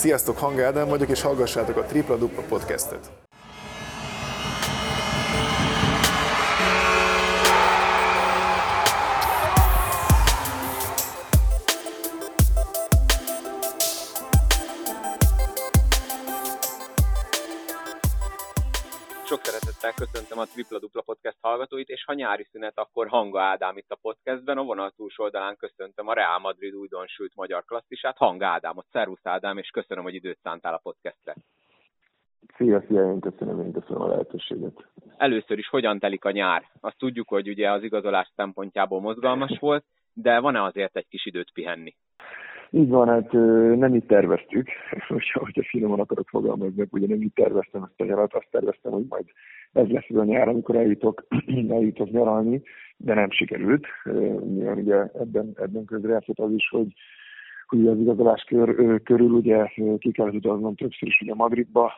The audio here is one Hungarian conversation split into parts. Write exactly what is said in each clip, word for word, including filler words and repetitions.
Sziasztok, Hang Ádám vagyok, és hallgassátok a Tripla Dupla podcastet. Sok szeretettel köszöntöm a Tripla Dupla podcast hallgatóit, és ha nyári szünet, akkor Hanga Ádám itt a podcastben. A vonal túlsó oldalán köszöntöm a Real Madrid újdonsült magyar klasszisát, Hanga Ádámot. Szervusz Ádám, és köszönöm, hogy időt szántál a podcastre. Szia, szia, én köszönöm, én köszönöm a lehetőséget. Először is, hogyan telik a nyár? Azt tudjuk, hogy ugye az igazolás szempontjából mozgalmas volt, de van-e azért egy kis időt pihenni? Így van, hát nem így terveztük, hogyha finoman akarok fogalmazni, ugye nem így terveztem ezt a nyarat, azt terveztem, hogy majd ez lesz az a nyár, amikor eljutok, eljutok nyaralni, de nem sikerült. Nyilván ugye ebben, ebben közrejátszott az is, hogy, hogy az igazolás kör, körül ugye ki kellett utaznom többször is ugye Madridba,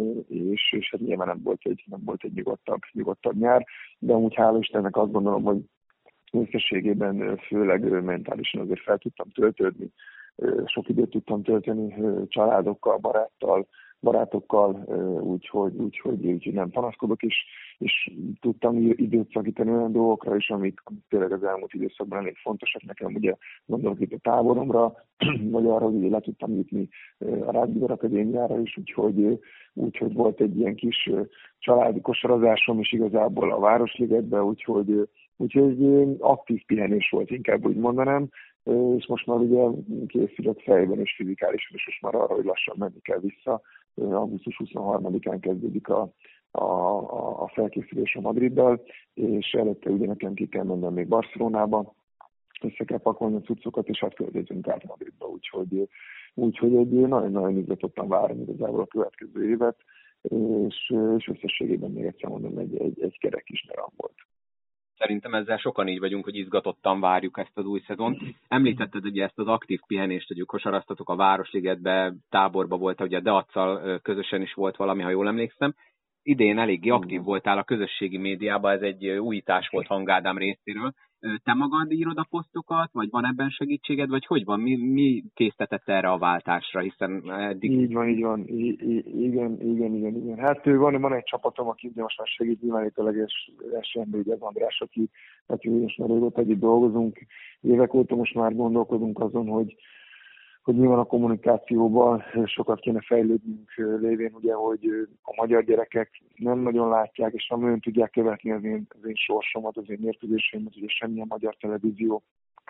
és, és hát nyilván nem volt egy, nem volt egy nyugodtabb, nyugodtabb nyár, de amúgy hála Istennek azt gondolom, hogy összességében főleg mentálisan azért fel tudtam töltődni, sok időt tudtam tölteni családokkal, baráttal, barátokkal, úgyhogy, úgyhogy, úgyhogy nem panaszkodok, és, és tudtam időt szakítani olyan dolgokra is, amik, amik tényleg az elmúlt időszakban elég fontosak nekem, ugye gondolok itt a táboromra, vagy arra, hogy le tudtam jutni a Rádió Akadémiára is, úgyhogy, úgyhogy volt egy ilyen kis családi kosarazásom is igazából a Városligetben, úgyhogy Úgyhogy aktív pihenés volt, inkább úgy mondanám, és most már ugye készülök fejben és fizikálisan, és most már arra, hogy lassan menni kell vissza. augusztus huszonharmadikán kezdődik a, a, a felkészülés a Madriddal, és előtte ugye nekem ki kell mennem még Barcelonába, össze kell pakolni a cuccokat, és hát költözünk át Madridba, úgyhogy, úgyhogy egy nagyon-nagyon izgatottan várom igazából a következő évet, és, és összességében még egyszer mondom, egy, egy, egy kerek kis nyaram volt. Szerintem ezzel sokan így vagyunk, hogy izgatottan várjuk ezt az új szezont. Említetted ugye ezt az aktív pihenést, hogy kosaraztatok a Városligetbe, táborba volt, ugye Deac-szal közösen is volt valami, ha jól emlékszem. Idén eléggé aktív voltál a közösségi médiában, ez egy újítás volt Hang Ádám részéről. Te magad írod a posztokat, vagy van ebben segítséged, vagy hogy van? Mi, mi késztetett erre a váltásra, hiszen eddig... Így van, így van, I- I- igen, igen, igen, igen. Hát van, van egy csapatom, aki most már segít, nyilván itt a leges esemben, ugye az András, aki, aki most már régóta együtt dolgozunk. Évek óta most már gondolkozunk azon, hogy hogy nyilván a kommunikációban sokat kéne fejlődnünk lévén, ugye, hogy a magyar gyerekek nem nagyon látják, és nem nagyon tudják követni az én, az én sorsomat, az én mérkőzéseimet, ugye semmilyen magyar televízió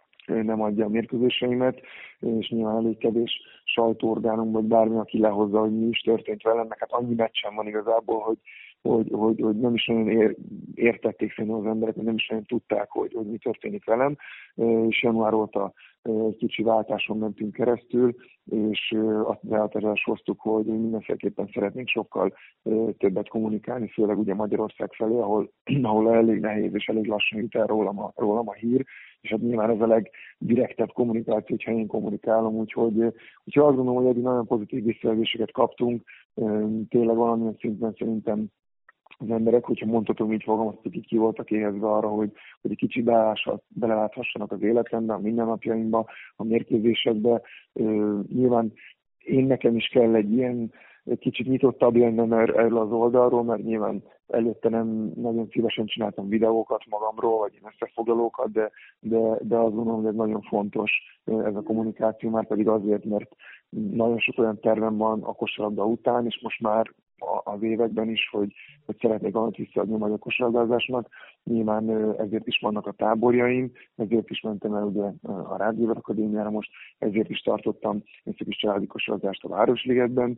nem adja a mérkőzéseimet, és nyilván elég kevés sajtóorgánum, vagy bármi, aki lehozza, hogy mi is történt velem, meg hát annyi meccsem van igazából, hogy, hogy, hogy, hogy nem is nagyon ér, értették szerintem az emberek, hogy nem is nagyon tudták, hogy, hogy mi történik velem, és január óta egy kicsi váltáson mentünk keresztül, és azt az elhatározást hoztuk, hogy mindenféleképpen szeretnénk sokkal többet kommunikálni, főleg ugye Magyarország felé, ahol, ahol elég nehéz és elég lassan jut el rólam a, rólam a hír, és hát nyilván ez a legdirektebb kommunikáció, hogyha én kommunikálom, úgyhogy, úgyhogy azt gondolom, hogy eddig nagyon pozitív visszajelzéseket kaptunk, tényleg valamilyen szinten szerintem az emberek, hogyha mondhatom így fogalmaztuk, így ki voltak éhezve arra, hogy, hogy egy kicsi beleláthassanak az életembe, a mindennapjaimba, a mérkőzésekbe. Nyilván én nekem is kell egy ilyen kicsit nyitottabb lennem erről az oldalról, mert nyilván előtte nem nagyon szívesen csináltam videókat magamról, vagy én összefoglalókat, de, de, de azt gondolom, hogy ez nagyon fontos ez a kommunikáció, már pedig azért, mert nagyon sok olyan tervem van a kosarlabda után, és most már az években is, hogy, hogy szeretnék valamit visszaadni a magyar kosarlabdázásnak. Nyilván ezért is vannak a táborjaim, ezért is mentem el ugye a Rádió Akadémiára most, ezért is tartottam ezt a kis családi kosarlabdást a Városligetben,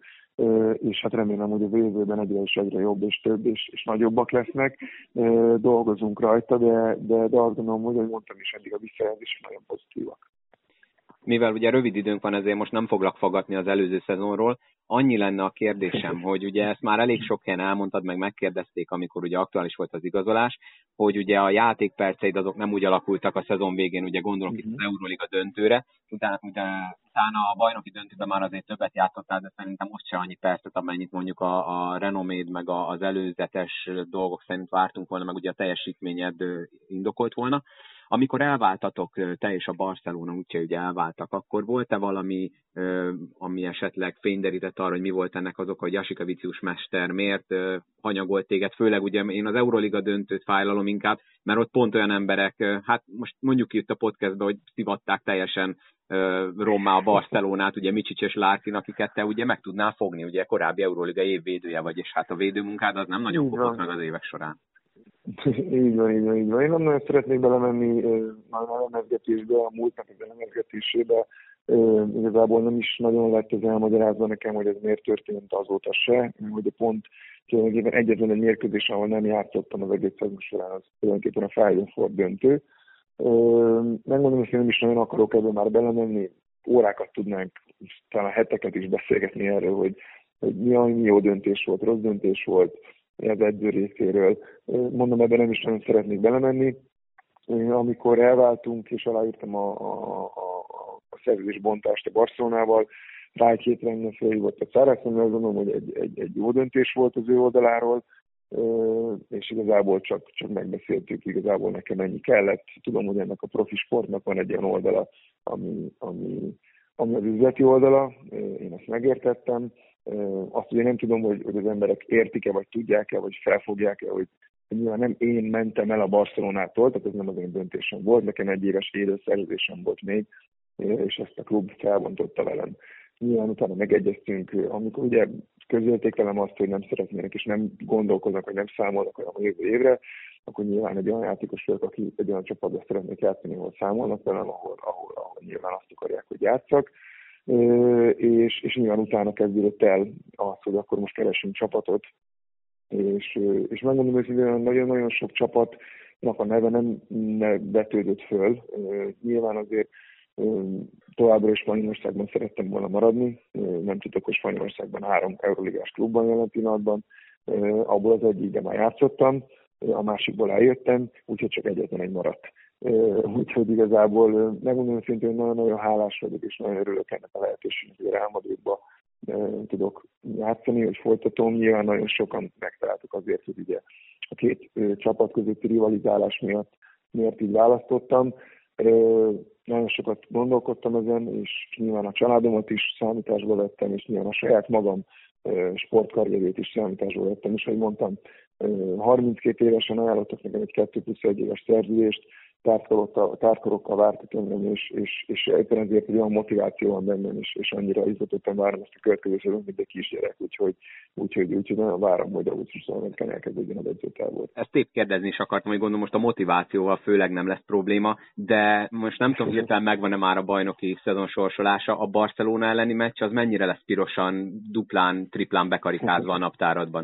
és hát remélem, hogy a jövőben egyre és egyre jobb és több és, és nagyobbak lesznek. Dolgozunk rajta, de, de, de azt gondolom, hogy, ahogy mondtam is, eddig a visszajelzések nagyon pozitívak. Mivel ugye rövid időnk van, ezért most nem foglak faggatni az előző szezonról. Annyi lenne a kérdésem, hogy ugye ezt már elég sok helyen elmondtad, meg megkérdezték, amikor ugye aktuális volt az igazolás, hogy ugye a játékperceid azok nem úgy alakultak a szezon végén, ugye gondolok itt az Euroliga döntőre, utána, utána a bajnoki döntőben már azért többet játszottál, de szerintem most se annyi percet, amennyit mondjuk a, a renoméd, meg az előzetes dolgok szerint vártunk volna, meg ugye a teljesítményed indokolt volna. Amikor elváltatok, te és a Barcelona, úgyhogy ugye elváltak, akkor volt-e valami, ami esetleg fényderített arra, hogy mi volt ennek az oka, hogy Jasikevicius mester miért hanyagolt téged, főleg ugye én az Euroliga döntőt fájlalom inkább, mert ott pont olyan emberek, hát most mondjuk itt a podcastban, hogy szivatták teljesen rommá a Barcelonát, ugye Micsics és Larkin, akiket te ugye meg tudnál fogni, ugye korábbi Euroliga évvédője vagy, és hát a védőmunkád az nem nagyon kopott meg az évek során. Így van, így van, így van. Én nem nagyon szeretnék belemenni már a elemezgetésbe, a múltnak az elemezgetésébe. Igazából nem is nagyon lett ez elmagyarázva nekem, hogy ez miért történt azóta se, hogy pont tulajdonképpen egyetlen egy mérkőzés, ahol nem játszottam az egész szezon során, az tulajdonképpen a Final Four döntő. Megmondom, hogy én nem is nagyon akarok ebben már belemenni, órákat tudnánk, talán heteket is beszélgetni erről, hogy, hogy mi, mi jó döntés volt, rossz döntés volt az edző részéről. Mondom, ebben nem is nagyon szeretnék belemenni. Amikor elváltunk és aláírtam a, a, a, a szerződésbontást a Barcelonával, rá egy hétre engem felhívott a Szárászon, azt gondolom, hogy egy, egy, egy jó döntés volt az ő oldaláról, és igazából csak, csak megbeszéltük, igazából nekem ennyi kellett. Tudom, hogy ennek a profi sportnak van egy olyan oldala, ami, ami, ami az üzleti oldala, én ezt megértettem. Azt ugye nem tudom, hogy, hogy az emberek értik-e, vagy tudják-e, vagy felfogják-e, hogy nyilván nem én mentem el a Barcelonától, tehát ez nem az én döntésem volt, nekem egy éves élőszerződésem volt még, és ezt a klub felbontotta velem. Nyilván utána megegyeztünk, amikor ugye közölték velem azt, hogy nem szeretnének, és nem gondolkoznak, hogy nem számolnak olyan a jövő évre, akkor nyilván egy olyan játékos vagyok, aki egy olyan csapatban szeretnék játszani, ahol számolnak velem, ahol, ahol, ahol nyilván azt akarják, hogy játszak. És, és nyilván utána kezdődött el az, hogy akkor most keresünk csapatot, és, és megmondom, hogy nagyon-nagyon sok csapatnak a neve nem betődött föl. Nyilván azért továbbra is Spanyolországban szerettem volna maradni, nem tudok, hogy Spanyolországban három euroligás klubban jelen pillanatban, abból az egyikben már játszottam, a másikból eljöttem, úgyhogy csak egyetlen egy maradt. Úgyhogy igazából megmondom őszintén, hogy nagyon-nagyon hálás vagyok, és nagyon örülök ennek a lehetőségnek, hogy a Real Madridba tudok játszani, hogy folytatom. Nyilván nagyon sokan megtaláltuk azért, hogy ugye a két csapat közötti rivalizálás miatt miért így választottam. Nagyon sokat gondolkodtam ezen, és nyilván a családomat is számításba vettem, és nyilván a saját magam sportkarrierét is számításba vettem, és hogy mondtam, harminckét évesen ajánlottak nekem egy kettő plusz egy éves szerződést, tártkorokkal, tártkorokkal vártak engem, és, és, és éppen ezért egy olyan motiváció van bennem, és, és annyira izgatottan várom ezt a következő szezont, mint egy kisgyerek, úgyhogy, úgyhogy, úgyhogy nagyon várom, hogy augusztus huszonötödikén elkezdődjön a edzőtábor. Ezt épp kérdezni is akartam, hogy gondolom most a motivációval főleg nem lesz probléma, de most nem tudom, hirtelen megvan-e már a bajnoki szezon sorsolása, a Barcelona elleni meccs, az mennyire lesz pirosan, duplán, triplán bekarikázva a naptáradban?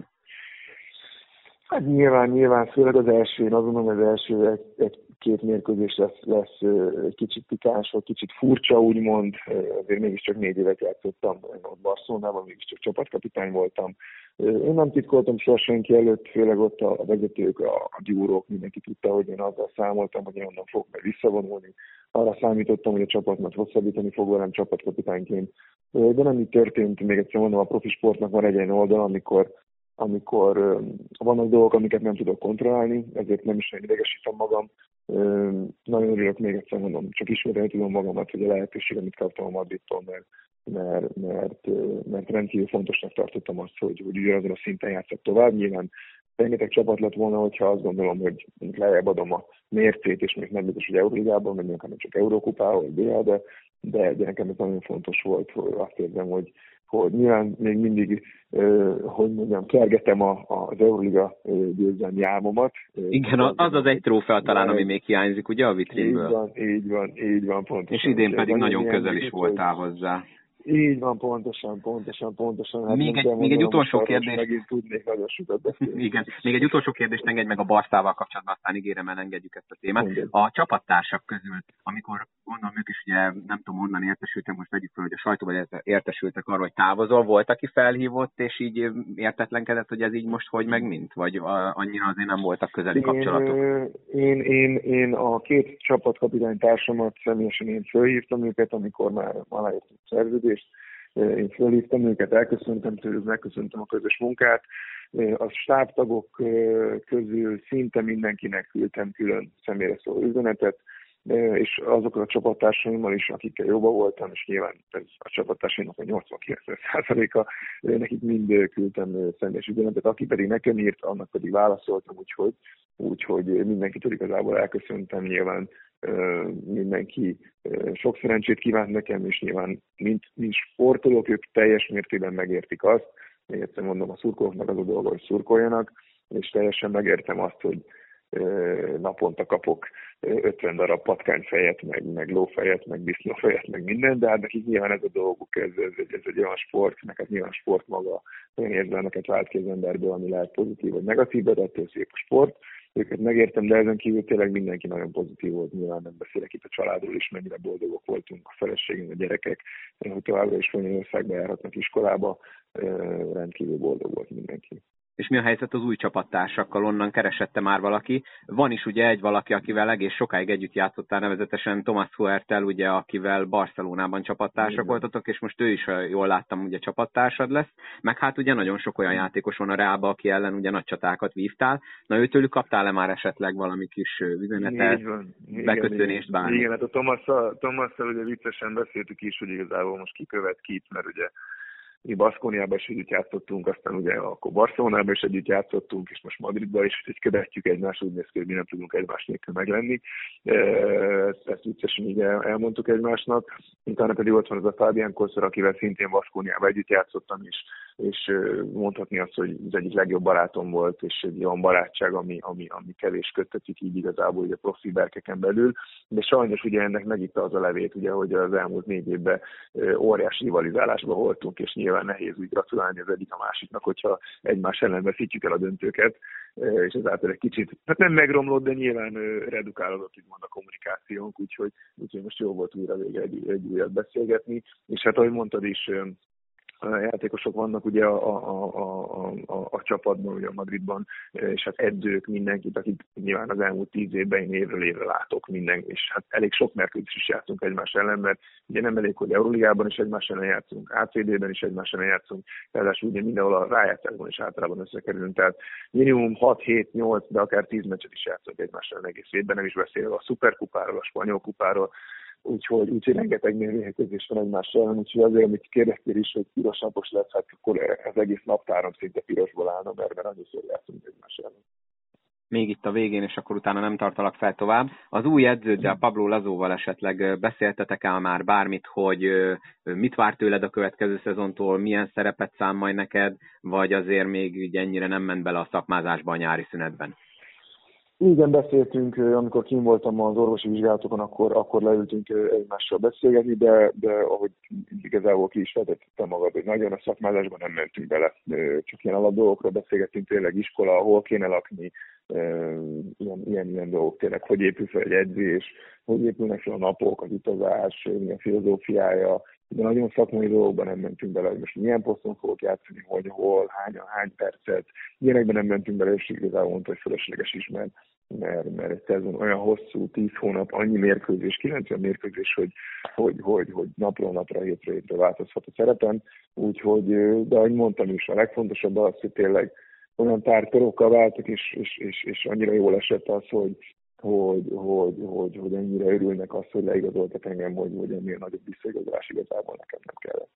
Hát nyilván, nyilván, főleg az első, én azt gondolom, hogy az első egy, egy két mérkőzés lesz, lesz egy kicsit pikáns, vagy kicsit furcsa, úgymond. Azért mégiscsak négy évet játszottam ott Barcelonában, mégiscsak csapatkapitány voltam. Én nem titkoltam soha senki előtt, főleg ott a vezetők, a, a gyúrók, mindenki tudta, hogy én azzal számoltam, hogy én onnan fogok meg visszavonulni. Arra számítottam, hogy a csapatmat hosszabbítani fog velem csapatkapitányként. De nem így történt, még egyszer mondom, a profi sportnak van egy ilyen oldal, amikor amikor uh, vannak dolgok, amiket nem tudok kontrollálni, ezért nem is nagyon idegesítem magam. Uh, nagyon örülök, még egyszer mondom, csak ismételni tudom magamat, hogy a lehetőség, amit kaptam a Madridtól, mert, mert, mert, uh, mert rendkívül fontosnak tartottam azt, hogy, hogy ugyanazon a szinten játszok tovább. Nyilván rengeteg csapat lett volna, hogyha azt gondolom, hogy lejjebb adom a mércét, és még nem biztos, hogy Euróligában, meg nem csak Eurókupában, vagy bé el, de, de, de nekem ez nagyon fontos volt, hogy azt érzem, hogy hogy nyilván még mindig, uh, hogy mondjam, kergetem a, az Euroliga uh, győzelmi álmomat. Igen, az az egy trófea talán, ami még hiányzik, ugye a vitrínből? Így van, így van, így van, pontosan. És idén pedig nagyon közel is voltál hozzá. Így van, pontosan, pontosan, pontosan. Hát még egy, még egy utolsó kérdés. Megint tudnék nagyon sokat beszélni. Igen, még egy utolsó kérdést engedj meg a Barszával kapcsolatban, aztán ígérem, elengedjük ezt a témát. Igen. A csapattársak közül, amikor gondolom ők is ugye, nem tudom, honnan értesültek, most vegyük fel, hogy a sajtóban értesültek arról, hogy távozol, volt, aki felhívott, és így értetlenkedett, hogy ez így most hogy meg mint? Vagy annyira azért nem voltak közeli kapcsolatok? Én, én, én a két csapatkapitány társamat személyesen én fölhívtam őket, amikor már aláírtam a szerződést. Én fölhívtam őket, elköszöntem tőlük, megköszöntem a közös munkát. A stábtagok közül szinte mindenkinek küldtem külön személyre szóló üzenetet. és azokkal a csapattársaimmal is, akikkel jobban voltam, és nyilván ez a csapattársaimnak a nyolcvan-kilencven százaléka, nekik mind küldtem személyes üzenetet, aki pedig nekem írt, annak pedig válaszoltam, úgyhogy, úgyhogy mindenkitől igazából elköszöntem, nyilván mindenki sok szerencsét kívánt nekem, és nyilván mint, mint sportolók, ők teljes mértékben megértik azt, még egyszer mondom, a szurkolóknak az a dolga, hogy szurkoljanak, és teljesen megértem azt, hogy naponta kapok ötven darab patkányfejet, meg, meg lófejet, meg disznófejet, meg minden, de hát nekik nyilván ez a dolguk, ez, ez, ez, ez egy olyan sport, neked nyilván sport maga olyan érzelmeket vált ki az emberből, ami lehet pozitív vagy negatív, de ettől szép a sport. Őket megértem, de ezen kívül tényleg mindenki nagyon pozitív volt, nyilván nem beszélek itt a családról is, mennyire boldogok voltunk, a feleségünk, a gyerekek, hogy továbbra is Spanyolországba járhatnak iskolába, rendkívül boldog volt mindenki. És mi a helyzet az új csapattársakkal? Onnan keresette már valaki. Van is ugye egy valaki, akivel egész sokáig együtt játszottál, nevezetesen Thomas Huertel, ugye, akivel Barcelonában csapattársak mm. voltatok, és most ő is, jól láttam, ugye csapattársad lesz. Meg hát ugye nagyon sok olyan játékos van a Reálba, aki ellen ugye nagy csatákat vívtál. Na őtőlük kaptál-e már esetleg valami kis üzenetet, beköszönést, bármi? Igen, hát a Thomasszal, Thomasszal ugye viccesen beszéltük is, hogy igazából most kikövet kit, mert ugye mi Baszkóniában is együtt játszottunk, aztán ugye akkor Barcelonában is együtt játszottunk, és most Madridban is egy követjük egymást, úgy néz ki, hogy mi nem tudunk egymás nélkül meglenni. Ezt, ezt viccesen így elmondtuk egymásnak. Utána pedig ott van az a Fabián Koszor, akivel szintén Baszkóniában együtt játszottam is, és mondhatni azt, hogy az egyik legjobb barátom volt, és egy olyan barátság, ami, ami, ami kevés köttetik így igazából ugye a profi berkeken belül. De sajnos ugye ennek megitta az a levét, ugye, hogy az elmúlt négy évben óriási rivalizálásban voltunk, és nyilván nehéz úgy gratulálni az egyik a másiknak, hogyha egymás ellen veszítjük el a döntőket, és ezáltal egy kicsit, hát nem megromlott, de nyilván redukálódott úgymond a kommunikációnk, úgyhogy, úgyhogy most jó volt újra vége egy, egy újat beszélgetni, és hát ahogy mondtad is, játékosok vannak ugye a, a, a, a, a csapatban, ugye a Madridban, és hát edzők, mindenkit, akik nyilván az elmúlt tíz évben én évről évre látok minden, és hát elég sok mérkőzést is játszunk egymás ellen, mert ugye nem elég, hogy Euróligában is egymás ellen játszunk, á cé dében is egymás ellen játszunk, ráadásul ugye mindenhol a rájátszásban is általában összekerülünk, tehát minimum hat hét nyolc, de akár tíz meccset is játszunk egymás ellen egész évben, nem is beszélve a szuperkupáról, a spanyol kupáról, úgyhogy, úgyhogy rengeteg mérkőzés van egymással, úgyhogy azért, amit kérdeztél is, hogy piros napos lesz, hát akkor az egész naptáram szinte pirosból állna, mert, mert annyiszor játszunk egymással. Még itt a végén, és akkor utána nem tartalak fel tovább. Az új edződdel, Pablo Lazóval esetleg beszéltetek el már bármit, hogy mit vár tőled a következő szezontól, milyen szerepet szán majd neked, vagy azért még ennyire nem ment bele a szakmázásba a nyári szünetben? Igen, beszéltünk, amikor kim voltam az orvosi vizsgálatokon, akkor, akkor leültünk egymással beszélgetni, de, de ahogy igazából ki is vetettem magad, hogy nagyon a szakmázásban nem mentünk bele, csak ilyen alapdolgokra beszélgettünk, tényleg iskola, hol kéne lakni, ilyen, ilyen, ilyen dolgok tényleg, hogy épül fel egy edzés, hogy épülnek fel a napok, az utazás, milyen filozófiája, de nagyon szakmai dolgokban nem mentünk bele, hogy most milyen poszton fogok játszani, hogy hol, hányan, hány percet. Ilyenekben nem mentünk bele, és igazából mondta, hogy fölösleges is, mert, mert, mert egy szezon olyan hosszú, tíz hónap, annyi mérkőzés, kilencven mérkőzés, hogy, hogy, hogy, hogy napról napra, hétről hétre változhat a szerepen. Úgyhogy, de ahogy mondtam is, a legfontosabb az, hogy tényleg olyan tártorokkal váltak, és, és, és, és annyira jól esett az, hogy Hogy, hogy, hogy, hogy ennyire örülnek azt, hogy leigazoltak engem, hogy, hogy ennél nagyobb visszaigazolás igazából nekem nem kellett.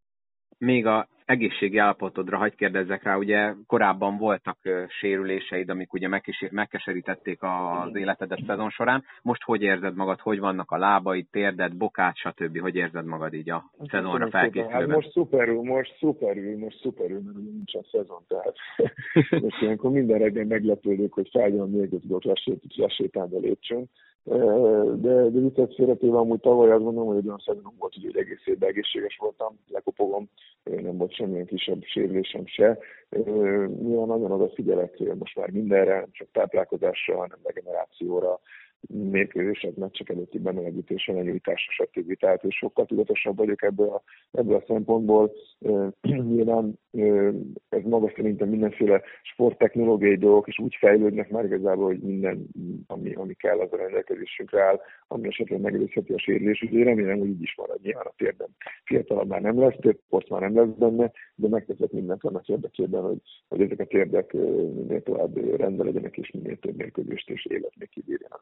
Még az egészségi állapotodra hadd kérdezzek rá, ugye korábban voltak uh, sérüléseid, amik ugye megkeserítették az életedet szezon során. Most hogy érzed magad, hogy vannak a lábaid, térded, bokád, stb. Hogy érzed magad így a szezonra felkészülőben? Hát most szuperül, most szuperül, most szuperül, mert ugye nincs a szezon, tehát most ilyenkor minden reggel meglepődök, hogy fájdalom nélkül tudok lesétálni a lépcsőn. De, de viccet félretéve amúgy tavaly azt gondolom, hogy egy olyan szezonom volt, hogy egész évben egészséges voltam, lekopogom, nem volt semmilyen kisebb sérülésem se. Nyilván nagyon odafigyelek most már mindenre, nem csak táplálkozásra, hanem regenerációra, mérkőzések, meccsek előtti bemelegítésre, lenyújtásra, stb. Tehát sokkal tudatosabb vagyok ebből a, ebből a szempontból. Nyilván ez maga szerintem mindenféle sporttechnológiai dolgok, és úgy fejlődnek már igazából, hogy minden, ami, ami kell, az a rendelkezésünkre áll, ami esetleg megelőzheti a sérülés. Úgyhogy remélem, hogy így is marad. Nyilván a térdem fiatalabb már nem lesz, több sport már nem lesz benne, de megteszek mindent annak érdekében, hogy, hogy ezek a térdek minél tovább rendben legyenek, és minél több mérkőzést és élet még kibírjanak.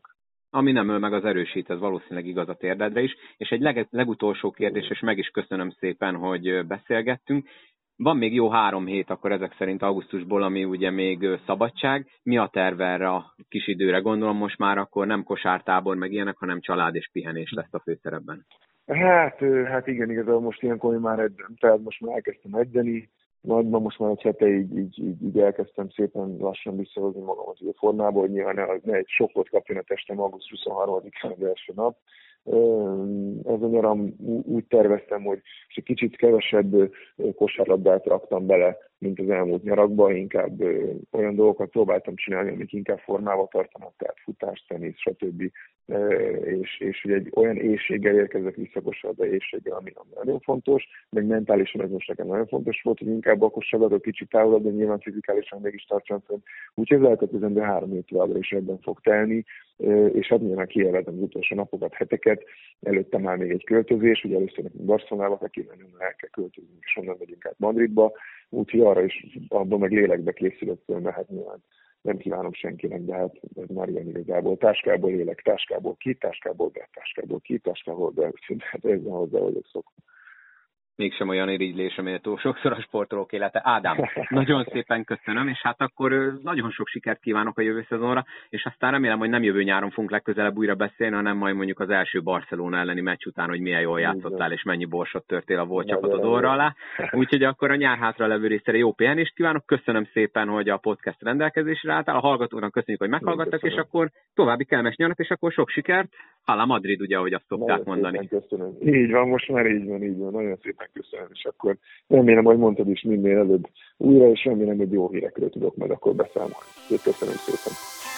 ami nem öl meg, az erősít, ez valószínűleg igaz a térdedre is. És egy leg, legutolsó kérdés, és meg is köszönöm szépen, hogy beszélgettünk. Van még jó három hét, akkor ezek szerint augusztusból, ami ugye még szabadság. Mi a terve erre a kis időre? Gondolom most már akkor nem kosártábor meg ilyenek, hanem család és pihenés lesz a főszerepben. Hát, hát igen, igazából most ilyenkor már edzem, tehát most már elkezdtem edzeni, nagyban most már egy hete így, így, így, így elkezdtem szépen lassan visszahozni magamat a formából, hogy nyilván ne, ne egy sokkot kapjon a testem augusztus huszonharmadikán az első nap. Ez a nyaram úgy terveztem, hogy egy kicsit kevesebb kosárlabdát raktam bele, mint az elmúlt nyarakban, inkább olyan dolgokat próbáltam csinálni, amik inkább formával tartanak, tehát futás, tenisz, stb. És, és hogy egy olyan éjséggel érkezek vissza kosárlabda éjséggel, ami nagyon fontos, meg mentálisan ez most nekem nagyon fontos volt, hogy inkább a kosárlabda kicsit távolabb, de nyilván fizikálisan mégis tartsam fönn. Úgyhogy ez elkövetkezendő három hét továbbra is ebben fog telni, és hát nyilván kiélvedem az utolsó napokat, heteket. Előtte már még egy költözés, ugye először nekünk Barcelonába kell kívánni, onnan el kell költöznünk, és onnan megyünk át Madridba, úgyhogy arra is abban meg lélekbe készülök föl, mert hát nyilván nem kívánom senkinek, de hát ez már ilyen igazából. Táskából élek, táskából ki, táskából be, táskából ki, táskából be, úgyhogy hát ezzel hozzá vagyok szokva. Mégsem olyan irigylésre méltó sokszor a sportolók élete. Ádám, nagyon szépen köszönöm, és hát akkor nagyon sok sikert kívánok a jövő szezonra, és aztán remélem, hogy nem jövő nyáron fogunk legközelebb újra beszélni, hanem majd mondjuk az első Barcelona elleni meccs után, hogy milyen jól játszottál, és mennyi borsot törtél a volt csapatod orra alá. Úgyhogy akkor a nyár hátra levő részére jó pihenést kívánok, köszönöm szépen, hogy a podcast rendelkezésre álltál, a hallgatóknak köszönjük, hogy meghallgattak, és akkor további kellemes nyarat, és akkor sok sikert. Hala Madrid, ugye, ahogy azt szokták mondani. Köszönöm. Így van, most már így van, így van. Nagyon szépen köszönöm, és akkor remélem, hogy mondtad is minél előbb újra, és remélem, hogy jó hírekről tudok majd akkor beszámolni. Köszönöm szépen.